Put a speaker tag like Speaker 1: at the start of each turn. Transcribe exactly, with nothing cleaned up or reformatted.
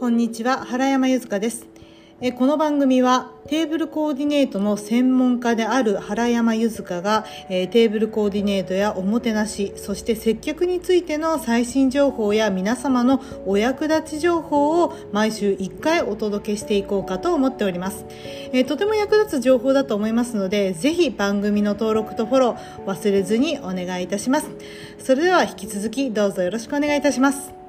Speaker 1: こんにちは、原山ゆずかです。えこの番組はテーブルコーディネートの専門家である原山ゆずかが、えー、テーブルコーディネートやおもてなし、そして接客についての最新情報や皆様のお役立ち情報を毎週いっかいお届けしていこうかと思っております。えー、とても役立つ情報だと思いますので、ぜひ番組の登録とフォロー忘れずにお願いいたします。それでは引き続きどうぞよろしくお願いいたします。